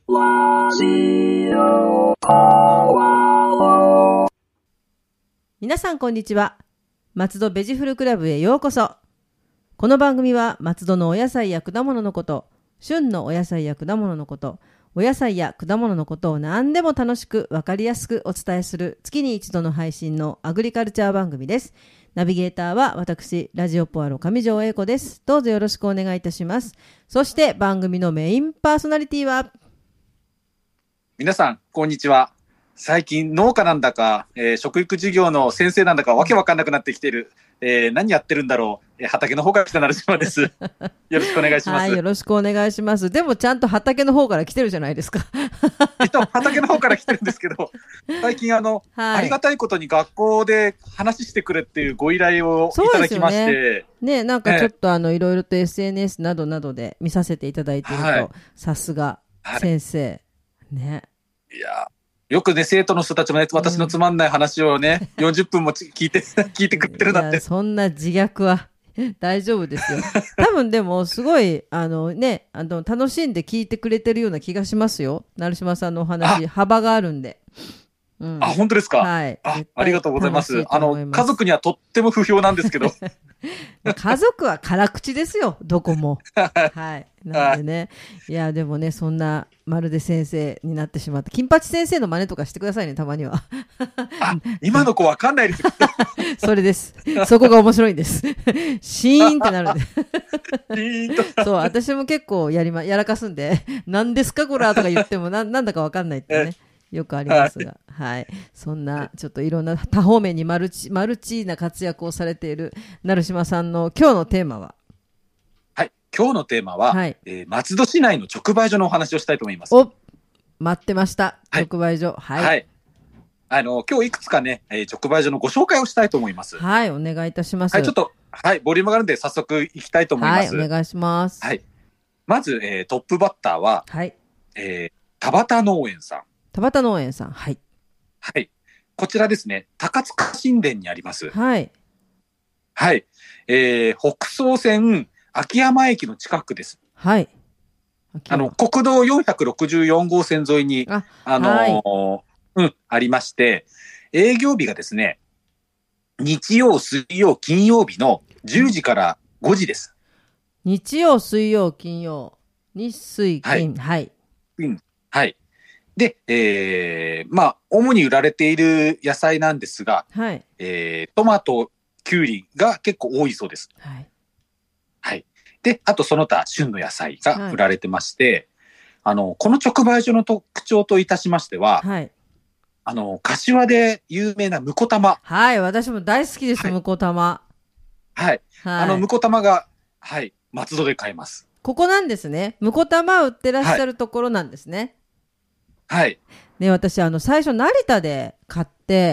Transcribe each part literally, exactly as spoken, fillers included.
ラジオポアロ皆さんこんにちは。松戸ベジフルクラブへようこそ。この番組は松戸のお野菜や果物のこと、旬のお野菜や果物のこと、お野菜や果物のことを何でも楽しく分かりやすくお伝えする月に一度の配信のアグリカルチャー番組です。ナビゲーターは私ラジオポアロ上条英子です。どうぞよろしくお願いいたします。そして番組のメインパーソナリティは皆さんこんにちは。最近農家なんだか、えー、食育授業の先生なんだかわけわかんなくなってきている、えー、何やってるんだろう、えー、畑の方から来た成島ですよろしくお願いします。 はい、よろしくお願いします。でもちゃんと畑の方から来てるじゃないですか畑の方から来てるんですけど最近あの、はい、ありがたいことに学校で話してくれっていうご依頼をいただきまして、 ね、ね、なんかちょっとあのいろいろと エスエヌエス などなどで見させていただいていると、はい、さすが先生、はいね、 いやよくね生徒の人たちもね私のつまんない話をね、うん、よんじゅっぷんも聞いて聞いてくれてるなんて。 そんな自虐は大丈夫ですよ。多分でもすごいあのねあの楽しんで聞いてくれてるような気がしますよ。成島さんのお話幅があるんで。うん、 あ本当ですか。 はい。 あ、ありがとうございます。あの家族にはとっても不評なんですけど。 家族は辛口ですよどこも。はい。なんでね、いやでもねそんなまるで先生になってしまって金八先生の真似とかしてくださいねたまには。 あ今の子わかんないですけど。 それです。そこが面白いんです。シーンってなるんで。シーンと。 そう私も結構やりまやらかすんで何ですかこれとか言っても な, なんだかわかんないってね。よくありますが、はい、そんなちょっといろんな多方面にマルチマルチな活躍をされている成島さんの今日のテーマは、 はい、今日のテーマは、はいえー、松戸市内の直売所のお話をしたいと思います。 お、待ってました。直売所、はい、 はい、あの今日いくつかね、えー、直売所のご紹介をしたいと思います。 はい、お願いいたします。 はい、ちょっとはいボリュームがあるので早速いきたいと思います。 はい、お願いします。 はい、まず、えー、トップバッターは、はいえー、田畑農園さん。 田畑農園さん、はい。 はい。こちらですね、高塚新田にあります。 はい。 はい。えー、北総線秋山駅の近くです。 はい。 あの、国道よんひゃくろくじゅうよん号線沿いに、あ、あのーはい、うん、ありまして、営業日がですね、日曜、水曜、金曜日のじゅうじからごじです。 日曜、水曜、金曜、日水金、はい。 うん、はい。で、えー、まあ、主に売られている野菜なんですが、はいえー、トマト、キュウリが結構多いそうです。はい。はい。で、あとその他、旬の野菜が売られてまして、はい、あの、この直売所の特徴といたしましては、はい。あの、柏で有名な婿玉。 はい、私も大好きです、はい、婿玉。 はい。はい。あの、婿玉が、はい、松戸で買えます。 ここなんですね。婿玉売ってらっしゃるところなんですね。 はい。 ね、私、あの、最初、成田で買って、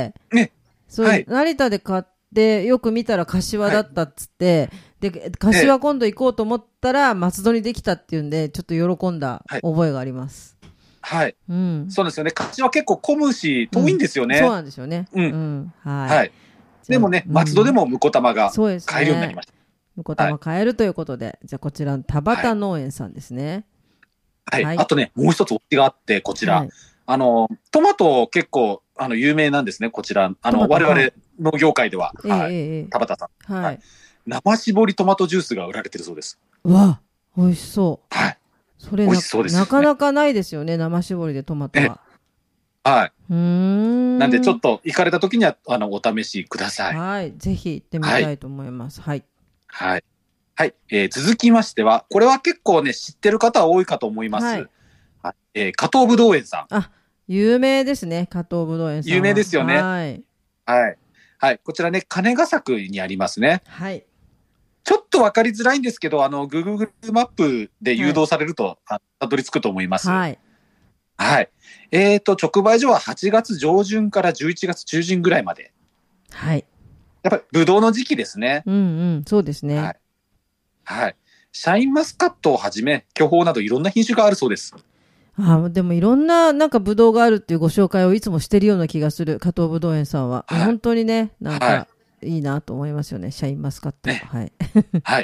ね。そう、はい、成田で買って、よく見たら柏だったっつって、はい、で、柏今度行こうと思ったら、松戸にできたっていうんで、ちょっと喜んだ覚えがあります。 はい。はい、うん。そうですよね。柏結構混むし、遠いんですよね。 うん、そうなんですよね。 うん。うん、はい。はい。でもね、松戸でも婿玉が買えるようになりました。 婿玉買えるということで、はい、じゃあこちらの田畑農園さんですね。 はい。はい、あとね、もう一つおきがあって、こちら。はい、あの、トマト結構、あの、有名なんですね、こちら。あの、我々農業界では。はい。えー、田畑さん、はい。はい。生搾りトマトジュースが売られてるそうです。 うわ、美味しそう。 はい。 それな、美味しそうですね、なかなかないですよね、生搾りでトマトは。 はい。うーん。なんで、ちょっと行かれた時には、あの、お試しください。 はい。ぜひ行ってみたいと思います。はい。 はい。はいはい、えー、続きましては、これは結構ね、知ってる方は多いかと思います。はい。はい、えー、加藤ぶどう園さん。 あ、有名ですね、加藤ぶどう園さん。 有名ですよね。 はい。 はい。はい。こちらね、金ヶ作にありますね。 はい。 ちょっとわかりづらいんですけど、あの、Google マップで誘導されると、はい、たどり着くと思います。はい。はい。えーと、直売所ははちがつ上旬からじゅういちがつ中旬ぐらいまで。 はい。 やっぱりぶどうの時期ですね。 うんうん、そうですね。 はい。はい。シャインマスカットをはじめ、巨峰などいろんな品種があるそうです。 あ、でもいろんななんかブドウがあるっていうご紹介をいつもしてるような気がする加藤ぶどう園さんは、はい、本当にねなんかいいなと思いますよね、シャインマスカット、ね、はい、 はい、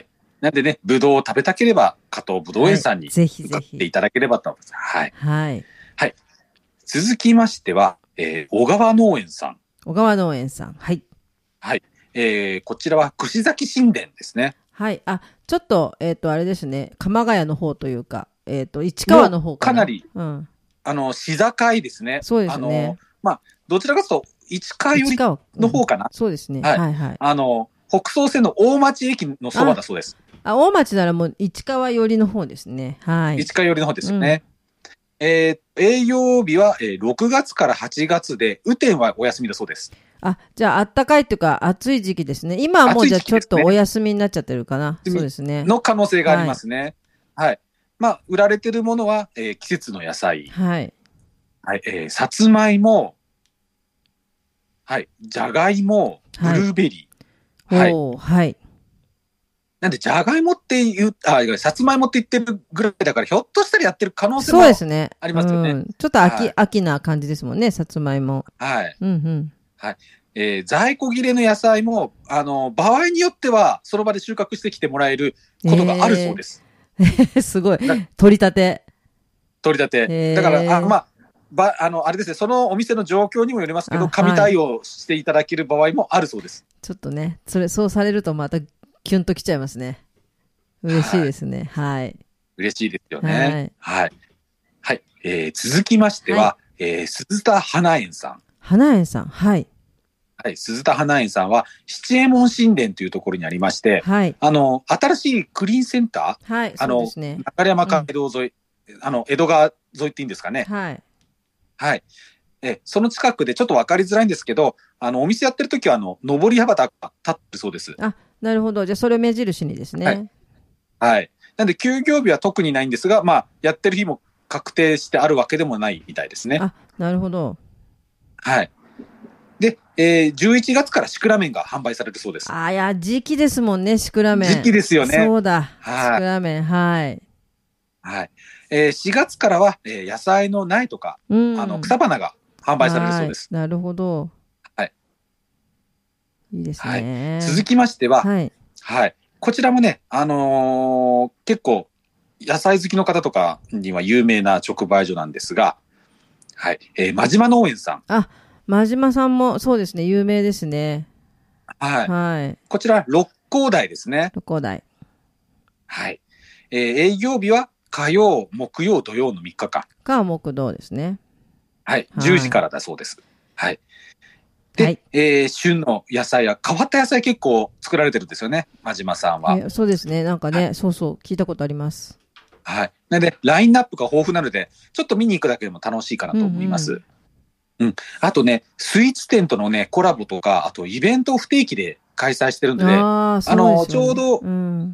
なんでね、ぶどうを食べたければ、加藤ぶどう園さんにぜひぜひ向かっていただければと思います。はい。 はい。 はい。続きましては、えー、小川農園さん。 小川農園さん。はい。 はい。えー、こちらは串崎神殿ですね。 はい。あ、ちょっと、えっ、ー、と、あれですね。鎌ヶ谷の方というか、えっ、ー、と、市川の方かな。 かなり、うん、あの、市境ですね。 そうですね。 あの、まあ、どちらかというと、市川寄りの方かな。うん、 そうですね。 はい、 はいはい。 あの、北総線の大町駅のそばだそうです。 あ、大町ならもう市川寄りの方ですね。はい。 市川寄りの方ですよね。うん、えー、営業日は、えー、ろくがつからはちがつで、雨天はお休みだそうです。 あ、じゃあ、あったかいっていうか、暑い時期ですね。今はもうじゃあちょっとお休みになっちゃってるかな。そうですね。 の可能性がありますね。はい。はい、まあ、売られてるものは、えー、季節の野菜。 はい。 はい、えー、さつまいも、はい、じゃがいも、ブルーベリー。 はい。おー、はい。 なんで、じゃがいもっていう、あ、さつまいもって言ってるぐらいだから、ひょっとしたらやってる可能性もありますよね。そうですね。うん、 ちょっと秋、はい、秋な感じですもんね、さつまいも。 はい。 うんうん。 はい。えー、在庫切れの野菜も、あの、場合によっては、その場で収穫してきてもらえることがあるそうです。 えー、すごい。取り立て。 取り立て。だから、あまあ、ば、あの、あれですね、そのお店の状況にもよりますけど、紙対応していただける場合もあるそうです。 ちょっとね、それ、そうされるとまた、キュンときちゃいますね。嬉しいですね。はい。はい、 嬉しいですよね。はい。はい。はい、えー、続きましては、はい、えー、鈴田花園さん。 花園さん。はい。 はい。鈴田花園さんは、七右衛門神殿というところにありまして、はい。あの、新しいクリーンセンター。はい。あの、そうですね。流山街道沿い、うん、あの、江戸川沿いっていいんですかね。はい。はい。え、その近くでちょっと分かりづらいんですけど、あの、お店やってる時は、あの、上り幅が立ってるそうです。 あ、なるほど。じゃあ、それを目印にですね。 はい。はい。なんで、休業日は特にないんですが、まあ、やってる日も確定してあるわけでもないみたいですね。 あ、なるほど。 はい。で、えー、じゅういちがつからシクラメンが販売されるそうです。 あ、いや、時期ですもんね、シクラメン。 時期ですよね。 そうだ。はい。シクラメン、はい。 はい。えー、しがつからは、えー、野菜の苗とか、うん、あの、草花が販売されるそうです。 なるほど。 はい。 いいですね。 はい。続きましては、はい。はい。こちらもね、あのー、結構、野菜好きの方とかには有名な直売所なんですが、はい。えー、真島農園さん。 あ、真島さんもそうですね、有名ですね。 はい。はい。こちら、六甲台ですね。 六甲台。 はい。えー、営業日は火曜、木曜、土曜のみっかかん。 火、木、土ですね。 はい。じゅうじからだそうです。はい。で、はい、えー、旬の野菜や変わった野菜結構作られてるんですよね、真島さんは。 えー、そうですね。なんかね、はい、そうそう、聞いたことあります。 はい。なので、ラインナップが豊富なので、ちょっと見に行くだけでも楽しいかなと思います。うん、うんうん、あとね、スイーツ店とのね、コラボとか、あとイベントを不定期で開催してるんでね、あ, あの、ちょうど、うん、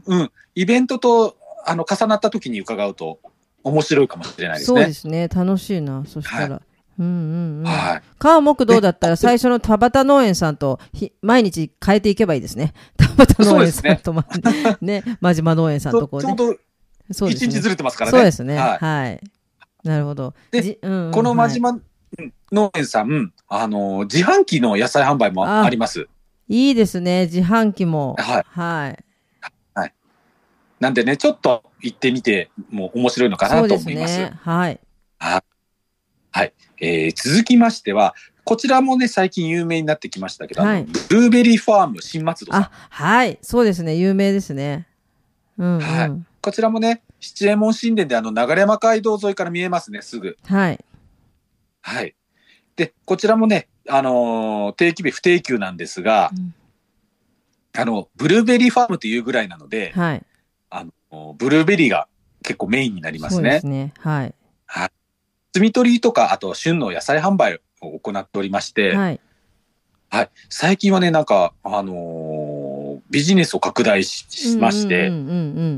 うん、イベントと、あの、重なった時に伺うと、面白いかもしれないですね。 そうですね。楽しいな、そしたら。はい、うんうんうん。はい。川木道だったら最初の田端農園さんとひ毎日変えていけばいいですね。田端農園さんと、ね、ね、真島農園さんとこうね。 ちょうど一日ずれてますからね。 そうですね。はい。はい、なるほど。 で、うんうん、この真島農園さん、はい、あの、自販機の野菜販売もあります。 いいですね。自販機も。 はい。 はい。 はい。なんでね、ちょっと行ってみても面白いのかなと思います。そうですね。 はい。 はい。はい。えー、続きましては、こちらもね、最近有名になってきましたけど、はい、ブルーベリーファーム新松戸さん。あ、 はい。そうですね。有名ですね。うん、うん、 はい。こちらもね、七右衛門神殿であの流山街道沿いから見えますね、すぐ。 はい。 はい。で、こちらもね、あのー、定期日不定休なんですが、うん、あの、ブルーベリーファームというぐらいなので、はい。あの、ブルーベリーが結構メインになりますね。そうですね。はい。 はい。摘み取りとか、あと旬の野菜販売を行っておりまして、はい。はい。最近はね、なんか、あのー、ビジネスを拡大 し, しまして、 うんうんうんうん。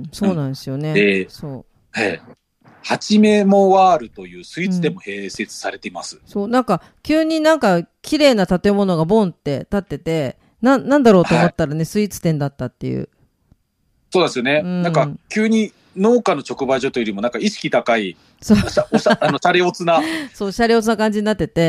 そうなんですよね。 で、そう。ええ。はちメモワールというスイーツでも併設されています。うん、 そう、なんか、急になんか、綺麗な建物がボンって建ってて、な、なんだろうと思ったらね、はい、スイーツ店だったっていう。 そうですよね。うん、なんか、急に農家の直売所というよりも、なんか意識高い、そう。おしゃ、おしゃ、あの、シャレオツな。 そう、シャレオツな感じになってて、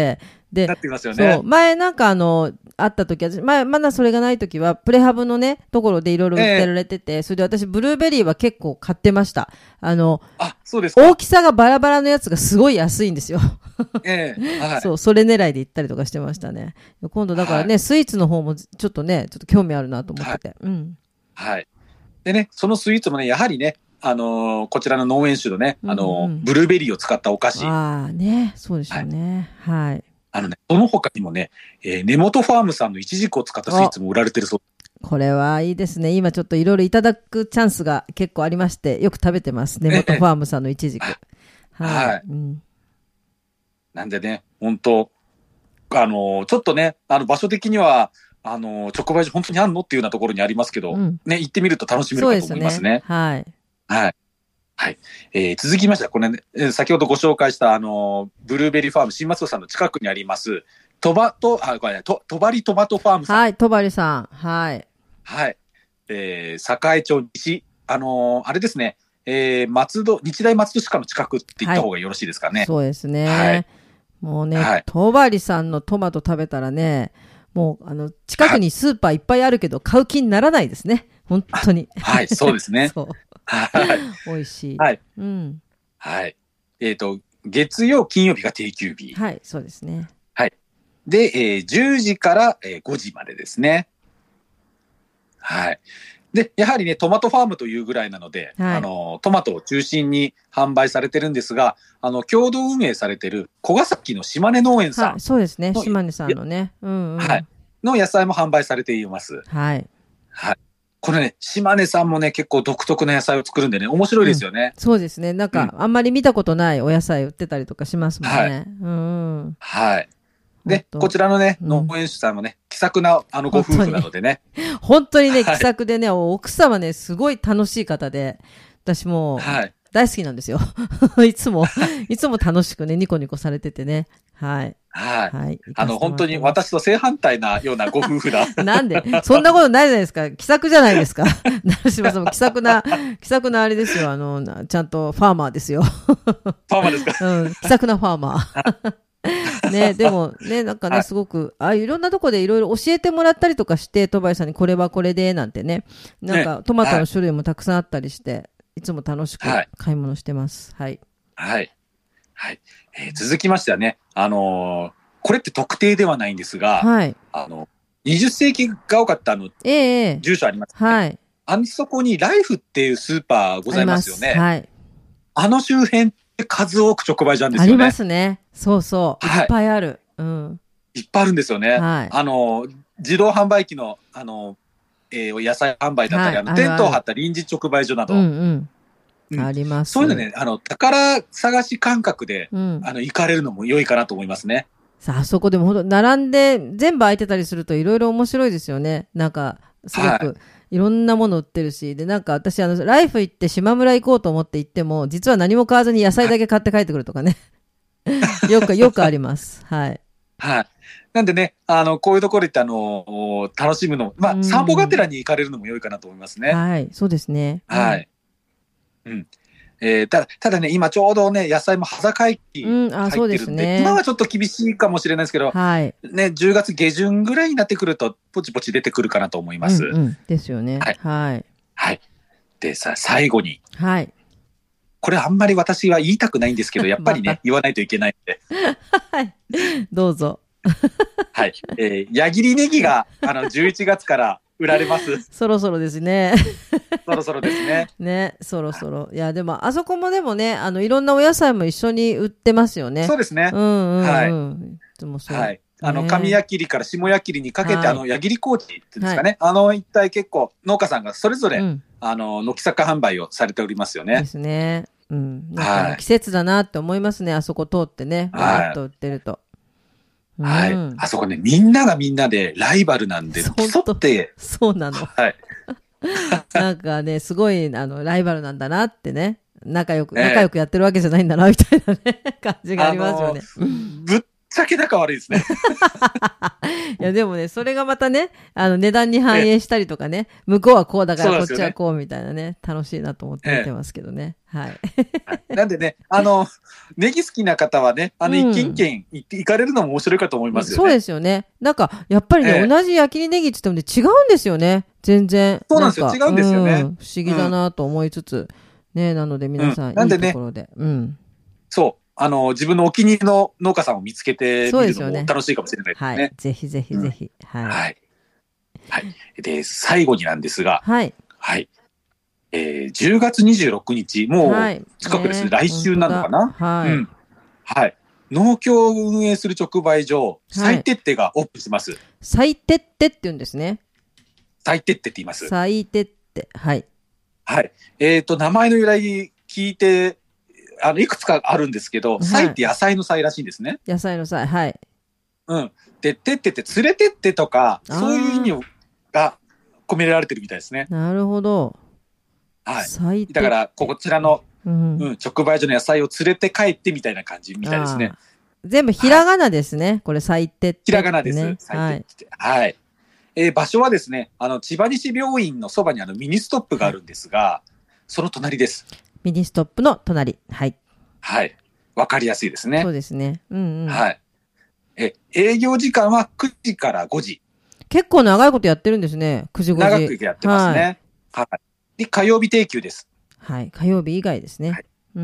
で、 なってますよね。 そう、前なんかあの、会った時は、前、まだそれがない時は、プレハブのね、ところでいろいろ売ってられてて、えー、それで私、ブルーベリーは結構買ってました。あの、 あ、そうですか。 大きさがバラバラのやつがすごい安いんですよ。 ええー、はい。 そう、それ狙いで行ったりとかしてましたね。今度だからね、はい、スイーツの方もちょっとね、ちょっと興味あるなと思ってて。はい、 うん。はい。でね、そのスイーツもね、やはりね、あのー、こちらの農園種のね、あのーうんうん、ブルーベリーを使ったお菓子。 ああ、ね、そうでしょうね。はい。はい、 あのね、その他にもね、えー、根本ファームさんのイチジクを使ったスイーツも売られてるそう。 これはいいですね。今ちょっといろいろいただくチャンスが結構ありまして、よく食べてます。根本ファームさんのイチジク。 はい。はい、うん。なんでね、本当あのー、ちょっとね、あの、場所的には、あのー、直売所本当にあんのっていうようなところにありますけど、うん、ね、行ってみると楽しめるかと思いますね。 そうですね。はい。 はい。はい。えー、続きましては、これね、先ほどご紹介した、あのー、ブルーベリーファーム新松戸さんの近くにあります、とばと、あ、これね、と、とばりトマトファームさん。 はい、とばりさん。はい。 はい。えー、栄町西、あのー、あれですね、えー、松戸、日大松戸市下の近くって言った方がよろしいですかね。はい、 そうですね。はい。もうね、はい、とばりさんのトマト食べたらね、もう、あの、近くにスーパーいっぱいあるけど、買う気にならないですね。本当に。 はい、そうですね。 そう。 はい。 美味しい。 はい。 うん。 はい。えっと、月曜、金曜日が定休日。 はい、そうですね。 はい。で、えー、じゅうじからごじまでですね。はい。で、やはりね、トマトファームというぐらいなので、はい、あの、トマトを中心に販売されてるんですが、あの、共同運営されてる小ヶ崎の島根農園さん、はい。 そうですね、島根さんのね。うんうん。 はい。の野菜も販売されています。 はい。 はい。これね、島根さんもね、結構独特な野菜を作るんでね、面白いですよね。 うん、そうですね。なんか、うん、あんまり見たことないお野菜売ってたりとかしますもんね。はい。うん、 はい。で、こちらのね、農園主さんもね、気さくな、あの、ご夫婦なのでね。 本当にね、気さくでね、奥様ね、すごい楽しい方で、私も、はい。大好きなんですよ。いつも、いつも楽しくね、ニコニコされててね。はい。 はい。はい。あの、本当に私と正反対なようなご夫婦だ。 なんでそんなことないじゃないですか。気さくじゃないですか。成島さんも気さくな、気さくなあれですよ。あの、ちゃんとファーマーですよ。ファーマーですかうん。気さくなファーマー。ね、でもね、なんかね、はい、すごく、ああいろんなとこでいろいろ教えてもらったりとかして、戸林さんにこれはこれで、なんてね、なんかトマトの種類もたくさんあったりして、はい、いつも楽しく買い物してます。はい。 はい。はい。えー、続きましてはね、あのー、これって特定ではないんですが、はい。あの、にじゅっ世紀が多かったあの、ええー、住所あります、ね。はい。あそこにライフっていうスーパーございますよね。はい。あの周辺数多く直売所なんですよね。 ありますね。そうそう。いっぱいある。はい、うん。 いっぱいあるんですよね。はい。あの、自動販売機の、あの、えー、野菜販売だったり、はい、あの、テントを張った臨時直売所など。うんうんうん、あります。 そういうのね、あの、宝探し感覚で、うん、あの、行かれるのも良いかなと思いますね。 さあ、あそこでもほんと、並んで全部空いてたりするといろいろ面白いですよね。なんか、すごく、はいいろんなもの売ってるし、で、なんか私、あの、ライフ行って島村行こうと思って行っても、実は何も買わずに野菜だけ買って帰ってくるとかね。よく、よくあります。はい。 はい。なんでね、あの、こういうところ行って、あの、楽しむの、まあ、散歩がてらに行かれるのも良いかなと思いますね。 はい。そうですね。 はい。うん。えー、ただ、ただね、今ちょうどね、野菜も葉盛期入ってるんで、うん、あ、そうですね、今はちょっと厳しいかもしれないですけど、はい。ね、じゅうがつ下旬ぐらいになってくると、ポチポチ出てくるかなと思います。 うんうん、ですよね。はい。はい。 はい。でさ、最後に。 はい。 これあんまり私は言いたくないんですけど、やっぱりね、言わないといけないんで。 はい。どうぞ。 はい。えー、矢切ネギが、あの、じゅういちがつから売られます。 そろそろですね。 そろそろですね。 ね、そろそろ。いや、でも、あそこもでもね、あの、いろんなお野菜も一緒に売ってますよね。 そうですね。 うんうんうん。 はい。 でもそう。 はい。あの、上矢切から下矢切にかけて、はい、あの、矢切高地っていうんですかね。はい、あの一帯結構農家さんがそれぞれ、うん、あの、軒先販売をされておりますよね。 ですね。うん。なんか季節だなって思いますね。あそこ通ってね。わーっと売ってると。 はい。うん、あそこね、みんながみんなでライバルなんで、競って。 そうなの。 はい。 なんかね、すごい、あの、ライバルなんだなってね。仲良く、仲良くやってるわけじゃないんだな、みたいなね、感じがありますよね。 ぶっちゃけ仲悪いですね。 いや、でもね、それがまたね、あの、値段に反映したりとかね、向こうはこうだからこっちはこうみたいなね、楽しいなと思って見てますけどね。はい。 なんでね、あの、ネギ好きな方はね、あの、一軒一軒行って行かれるのも面白いかと思いますよね。 そうですよね。なんか、やっぱりね、同じ焼きネギって言ってもね、違うんですよね。全然。 そうなんですよ。違うんですよね。不思議だなと思いつつ、ね、なので皆さん、いいところで。うん。 そう。あの、自分のお気に入りの農家さんを見つけてみるのも楽しいかもしれないですね。はい。 ぜひぜひぜひ。はい。 はい。はい。で、最後になんですが、 はい。 はい。えー、じゅうがつにじゅうろくにち、もう近くですね。来週なのかな。 はい。 はい。農協を運営する直売所、再徹底がオープンします。 再徹底って言うんですね。 再徹底って言います。 再徹底。はい。 はい。えっと、名前の由来聞いて、あの、いくつかあるんですけど、菜って野菜の菜らしいんですね。 野菜の菜、はい。 うん。で、てってって連れてってとか、そういう意味が込められてるみたいですね。 なるほど。 はい。だから、こちらの、うん、うん、直売所の野菜を連れて帰ってみたいな感じみたいですね。 全部ひらがなですね。はい、これ、菜ってって、ね。 ひらがなです。菜ってって。はい。はい。えー、場所はですね、あの、千葉西病院のそばにあのミニストップがあるんですが、はい、その隣です。 ミニストップの隣。はい。 はい。わかりやすいですね。 そうですね。うんうん。 はい。え、営業時間はくじからごじ。 結構長いことやってるんですね。くじごじ。 長くやってますね。はい。はい、で、火曜日定休です。 はい。火曜日以外ですね。はい。うんうん。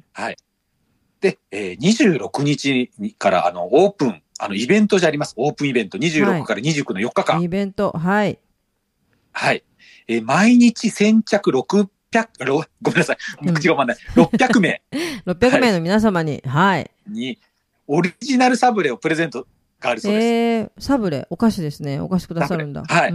はい。で、えー、にじゅうろくにちからあの、オープン、あの、イベントじゃあります。オープンイベント。にじゅうろくからにじゅうくのよっかかん。 イベント。はい。 はい。えー、毎日先着ろくひゃく、ごめんなさい。口が回んない。ろっぴゃくめい。 ろっぴゃくめいの皆様に、はい。 に、オリジナルサブレをプレゼントがあるそうです。 えー、サブレ、お菓子ですね。お菓子くださるんだ。 はい。 うん。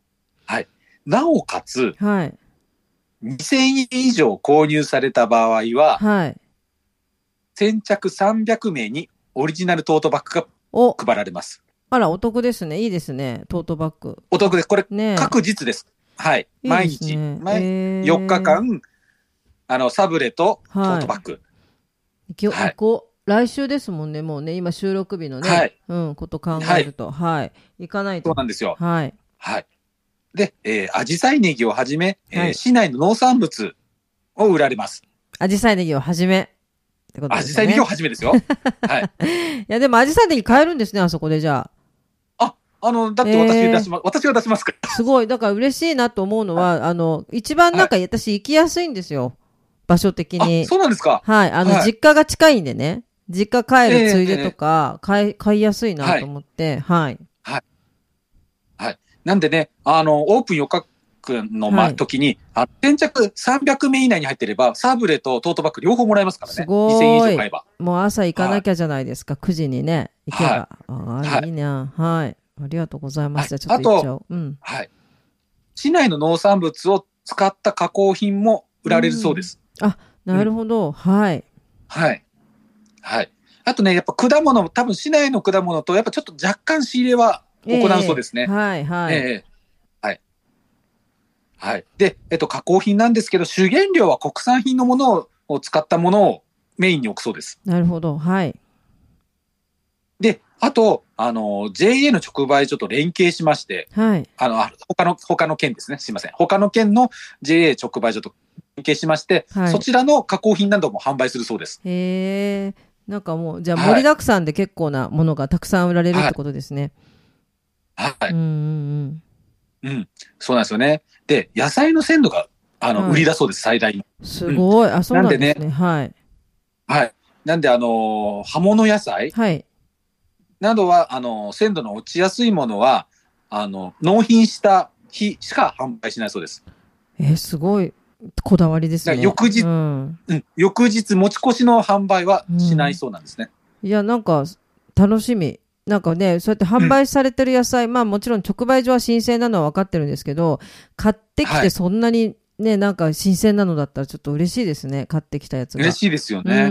はい。なおかつ、 はい。 にせんえん以上購入された場合は、 はい。 先着さんびゃくめいにオリジナルトートバッグが配られます。 あら、お得ですね。いいですね。トートバッグ。 お得です。これ、ね、確実です。はい。いい毎日、ね、よっかかん、あの、サブレとトートバッグ。 はい。行こう。来週ですもんね、もうね、今収録日のね、はい、うん、こと考えると、はい、はい。行かないと。 そうなんですよ。 はい。 はい。で、えー、アジサイネギをはじめ、えーはい、市内の農産物を売られます。 アジサイネギをはじめ。ってことですね。 アジサイネギをはじめですよ。はい。 いや、でもアジサイネギ買えるんですね、あそこでじゃあ。 あの、だって私出しま、えー、私が出しますから。 すごい。だから嬉しいなと思うのは、はい、あの、一番なんか私行きやすいんですよ。場所的に。 あ、そうなんですか。 はい。あの、はい、実家が近いんでね。実家帰るついでとか、えー、買い、買いやすいなと思って、はい。 はい。はい。なんでね、あの、オープンよっかかんの、ま、はい、時に、あ先着さんびゃくめい以内に入ってれば、サブレとトートバッグ両方もらえますからね。 すごい。 にせんえん以上買えば。 もう朝行かなきゃじゃないですか。はい、くじにね、行けば。はい、ああ、いいな。はい。ありがとうございます。はい、じゃあちょっと行っちゃおう。うん。 はい。市内の農産物を使った加工品も売られるそうです。 あ、なるほど。うん、はい。 はい。はい。あとね、やっぱ果物、多分市内の果物と、やっぱちょっと若干仕入れは行うそうですね。 えー、はい、はい。 えー、はい。はい。で、えっと、加工品なんですけど、主原料は国産品のものを使ったものをメインに置くそうです。 なるほど。はい。 で、あと、あの、ジェーエー の直売所と連携しまして、 はい。 あの、他の、他の県ですね。すいません。他の県の ジェーエー 直売所と連携しまして、はい、そちらの加工品なども販売するそうです。 へー。なんかもう、じゃあ盛りだくさんで結構なものがたくさん売られるってことですね。 はい。はい、 うんうんうん。うん。そうなんですよね。で、野菜の鮮度が、あの、はい、売りだそうです、最大の。 すごい。うん、あ、そうなんですね。ねはい。 はい。なんで、あのー、葉物野菜。 はい。 などは、あの、鮮度の落ちやすいものは、あの、納品した日しか販売しないそうです。 えー、すごいこだわりですね。 翌日、うんうん、翌日持ち越しの販売はしないそうなんですね。 うん、いや、なんか、楽しみ。なんかね、そうやって販売されてる野菜、うん、まあもちろん直売所は新鮮なのは分かってるんですけど、買ってきてそんなにね、はい、なんか新鮮なのだったらちょっと嬉しいですね。買ってきたやつが。 嬉しいですよね。 うんうん、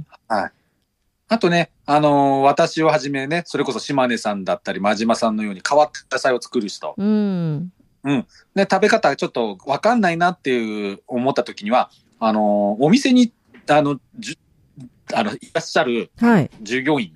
はい。あとね、あのー、私をはじめね、それこそ島根さんだったり、真島さんのように変わった野菜を作る人。 うん。 うん。で、食べ方ちょっとわかんないなっていう思った時には、あのー、お店に、あの、じゅ、あの、いらっしゃる、 はい、 従業員で、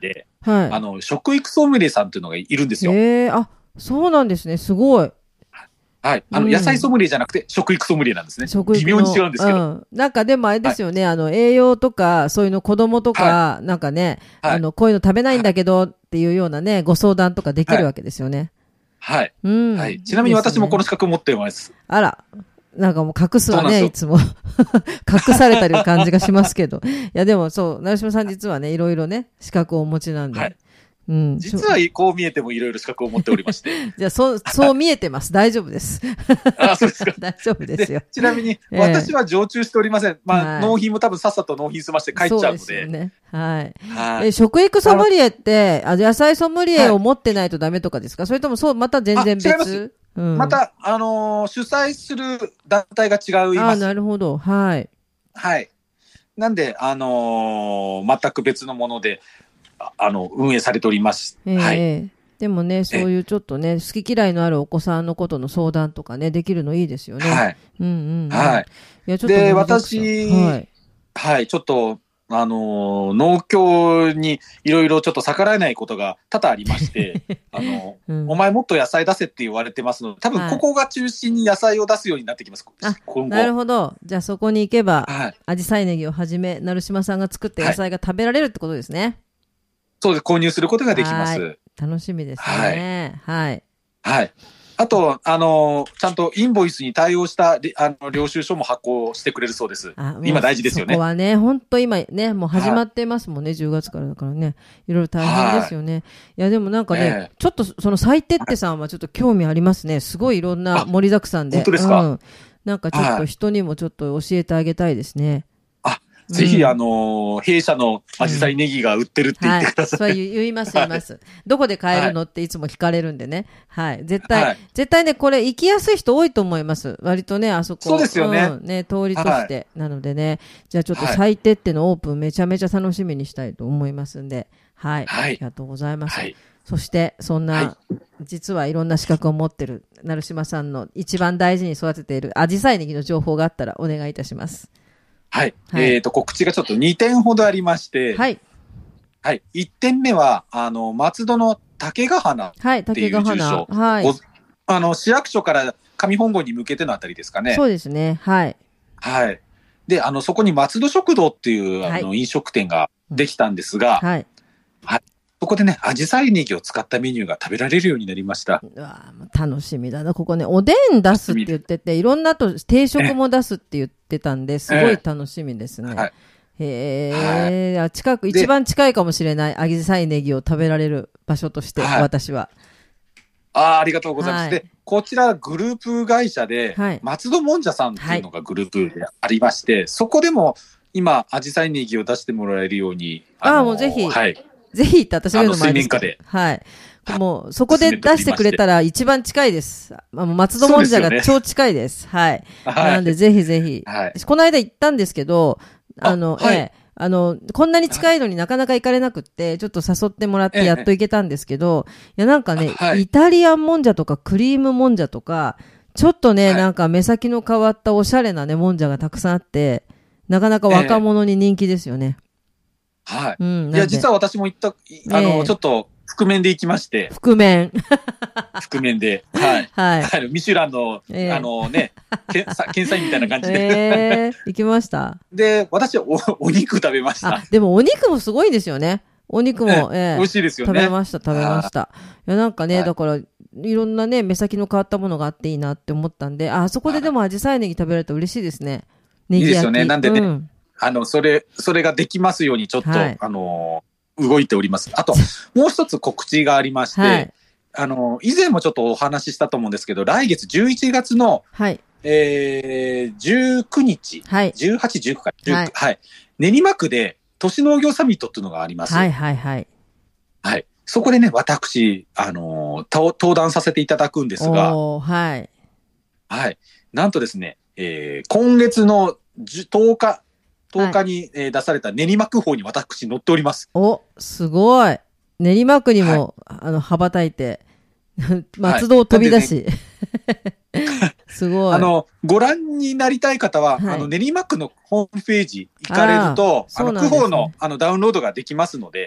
はい。 あの、食育ソムリエさんっていうのがいるんですよ。 ええー、あ、そうなんですね。すごい。 はい。あの、野菜ソムリエじゃなくて、食育ソムリエなんですね。食育微妙に違うんですけど。うん。 なんかでもあれですよね、はい、あの、栄養とか、そういうの子供とか、はい、なんかね、はい、あの、こういうの食べないんだけどっていうようなね、ご相談とかできるわけですよね。 はい。はい、うん。はい。ちなみに私もこの資格持ってます。 あら。なんかもう隠すわね、いつも。隠されたり感じがしますけど。いや、でもそう、成島さん実はね、いろいろね、資格をお持ちなんで。はい。 うん、実はこう見えてもいろいろ資格を持っておりまして。 じゃあ、そう、そう見えてます。大丈夫です。 あ、そうですか。 大丈夫ですよ。 ちなみに、私は常駐しておりません。まあ、納品も多分さっさと納品済まして帰っちゃうので。そうですよね。 はい。はい、え、食育ソムリエって、あ、野菜ソムリエを持ってないとダメとかですか、はい、それともそう、また全然別？違います。 うん、また、あのー、主催する団体が違います。 あ、なるほど。はい。 はい。なんで、あのー、全く別のもので、あの、運営されております。えー、はい。 でもね、そういうちょっとね、好き嫌いのあるお子さんのことの相談とかね、できるのいいですよね。 はい。 うんうん、うん。 はい。 いや、ちょっとで、私、はい、はい、ちょっと、あのー、農協にいろいろちょっと逆らえないことが多々ありまして、あの、うん、お前もっと野菜出せって言われてますので、多分ここが中心に野菜を出すようになってきます。 はい、今後。なるほど。じゃあそこに行けば、はい、アジサイネギをはじめ、成島さんが作った野菜が食べられるってことですね。はい、 そうです。購入することができます。 楽しみですね。はい。はい。 はい。あと、あのー、ちゃんとインボイスに対応した、あの、領収書も発行してくれるそうです。今大事ですよね。 そこはね、本当今ね、もう始まってますもんね、はい、じゅうがつからだからね。いろいろ大変ですよね。はい、いや、でもなんかね、えー、ちょっとそのサイテッテさんはちょっと興味ありますね。すごいいろんな盛りだくさんで。 本当ですか？ うん。なんかちょっと人にもちょっと教えてあげたいですね。 あ、ぜひ、うん、あのー、弊社のアジサイネギが売ってるって言ってください。 うん、はい、そう言います、言います。どこで買えるのっていつも聞かれるんでね。はい。絶対、はい、絶対ね、これ行きやすい人多いと思います。割とね、あそこ。 そうですよね。 うん、ね、通りとして。はい、なのでね、じゃあちょっとサイテッテのオープンめちゃめちゃ楽しみにしたいと思いますんで。はい。はい、ありがとうございます。はい、そして、そんな、はい、実はいろんな資格を持ってる、成島さんの一番大事に育てているアジサイネギの情報があったらお願いいたします。 はい。はい、えっ、ー、と、告知がちょっとにてんほどありまして、 はい。 はい。いってんめは、あの、松戸の竹ヶ花っていう住所。 はい。 あの、市役所から上本郷に向けてのあたりですかね。 そうですね。はい。 はい。で、あの、そこに松戸食堂っていう、あの、はい、飲食店ができたんですが、はい。はい。そこでね、アジサイネギを使ったメニューが食べられるようになりました。 うわ楽しみだな。ここね、おでん出すって言ってて、いろんなと定食も出すって言ってたんで、すごい楽しみですね。はい、へえ、はい、近く、一番近いかもしれない、アジサイネギを食べられる場所として、はい、私は。 ああ、ありがとうございます。はい、で、こちらグループ会社で、はい、松戸もんじゃさんっていうのがグループでありまして、はい、そこでも今、アジサイネギを出してもらえるように。 ああ、もうぜひ。 はい。 ぜひって私が言うのもあれですけど。 水面下で。 はい。もう、そこで出してくれたら一番近いです。あの松戸もんじゃが超近いです。はい。はい。なんでぜひぜひ。はい。この間行ったんですけど、あの、あはい、ええ、あの、こんなに近いのになかなか行かれなくって、ちょっと誘ってもらってやっと行けたんですけど、ええ、いやなんかね、はい、イタリアンもんじゃとかクリームもんじゃとか、ちょっとね、はい、なんか目先の変わったおしゃれなね、もんじゃがたくさんあって、なかなか若者に人気ですよね。 えはい。うん、いや、実は私も行った、あの、えー、ちょっと、覆面で行きまして。 覆面。 覆面で。はい。 はい。 ミシュランの、えー、あのね、検査員みたいな感じで。 えー、行きました。 で、私はお、お肉食べました。 あ、でもお肉もすごいですよね。お肉も、えーえー、美味しいですよね。 食べました、食べました。いや、なんかね、はい、だから、いろんなね、目先の変わったものがあっていいなって思ったんで、あ、そこででもアジサイネギ食べられると嬉しいですね。ネギ焼き。いいですよね。 なんでね、うん、あの、それ、それができますように、ちょっと、はい、あの、動いております。あと、もう一つ告知がありまして、はい、あの、以前もちょっとお話ししたと思うんですけど、来月じゅういちがつの、はい、えー、じゅうくにち、はい、じゅうはち、じゅうくか、はい、はい、練馬区で都市農業サミットっていうのがあります。 はいはいはい。 はい。そこでね、私、あの、登壇させていただくんですが、 はい。 はい。なんとですね、えー、今月のとおか、とおかに、はい、出された練馬区報に私載っております。 お、すごい。練馬区にも、はい、あの、羽ばたいて、松戸を飛び出し。はい、すごい。 あの、ご覧になりたい方は、はい、あの、練馬区のホームページ行かれると、あ, あの、区報の、あの、ダウンロードができますので、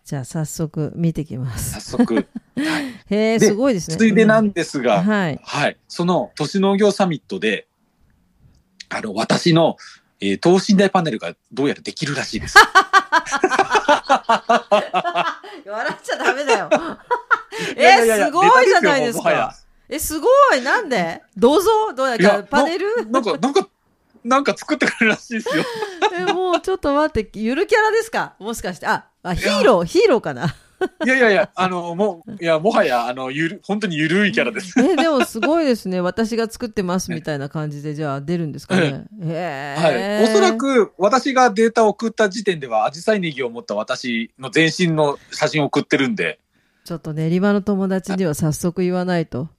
じゃあ早速見てきます。 早速。はい、 へえ、すごいですね。 ついでなんですが、 うん、はい。 はい。その都市農業サミットで、あの、私の、えー、等身大パネルがどうやらできるらしいです。 笑っちゃダメだよ。えー、すごいじゃないですか。え、すごい。なんでどうぞ。どうやらパネルな、なんか、なんか、なんか作ってくれるらしいですよ。 え、もうちょっと待って、ゆるキャラですかもしかして。あ、あヒーロー、ヒーローかな。 いやいやいや、あの、もう、いや、もはや、あの、ゆる、本当にゆるいキャラです。 え、でもすごいですね。私が作ってますみたいな感じで、じゃあ出るんですかね。 へはい。おそらく、私がデータを送った時点では、アジサイネギを持った私の全身の写真を送ってるんで。 ちょっと練馬の友達には早速言わないと。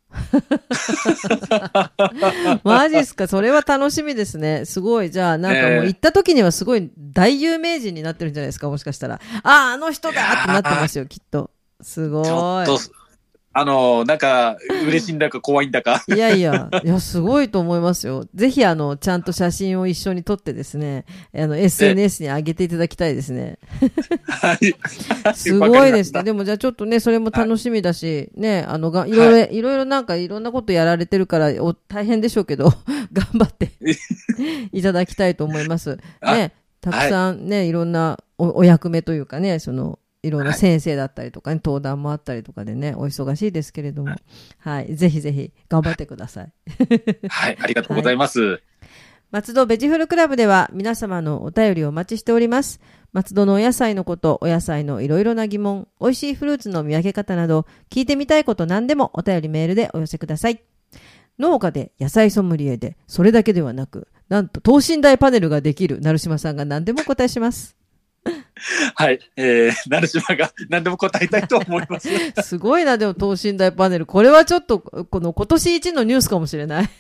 マジっすか。それは楽しみですね。すごい。じゃあなんかもう行った時にはすごい大有名人になってるんじゃないですか。もしかしたら。ああ、あの人だってなってますよ、きっと。すごい。ちょっとあの、なんか、嬉しいんだか怖いんだか。 いやいや、いや、すごいと思いますよ。ぜひ、あの、ちゃんと写真を一緒に撮ってですね、あの、エスエヌエス に上げていただきたいですね。 はい。 すごいですね。でも、じゃあちょっとね、それも楽しみだし、ね、あの、がいろいろ、はい、いろいろなんかいろんなことやられてるから、お大変でしょうけど、頑張っていただきたいと思います。ね、たくさんね、はい、いろんなお、お役目というかね、その、いろんな先生だったりとかね、はい、登壇もあったりとかでね、お忙しいですけれども、はい、はい、ぜひぜひ頑張ってください。 はい、ありがとうございます。はい、 松戸ベジフルクラブでは皆様のお便りをお待ちしております。松戸のお野菜のこと、お野菜のいろいろな疑問、美味しいフルーツの見分け方など、聞いてみたいこと何でもお便りメールでお寄せください。農家で野菜ソムリエで、それだけではなく、なんと等身大パネルができる成島さんが何でもお答えします。 はい、えー、成島が何でも答えたいと思います。 すごいな、でも等身大パネル。これはちょっと、この今年一のニュースかもしれない。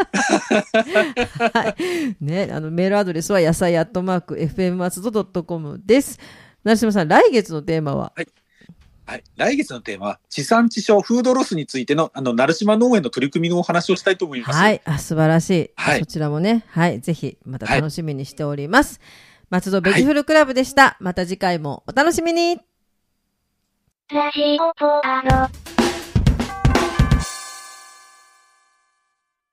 はい。ね、あの、メールアドレスは野菜アットマーク エフエム 松戸 ドットコム です。成島さん、来月のテーマは？ はい。はい。来月のテーマは、地産地消、フードロスについての、あの、成島農園の取り組みのお話をしたいと思います。 はい。あ、素晴らしい。はい。そちらもね、はい。ぜひ、また楽しみにしております。はい、松戸ベジフルクラブでした。はい、また次回もお楽しみに。 ラジオポアロ。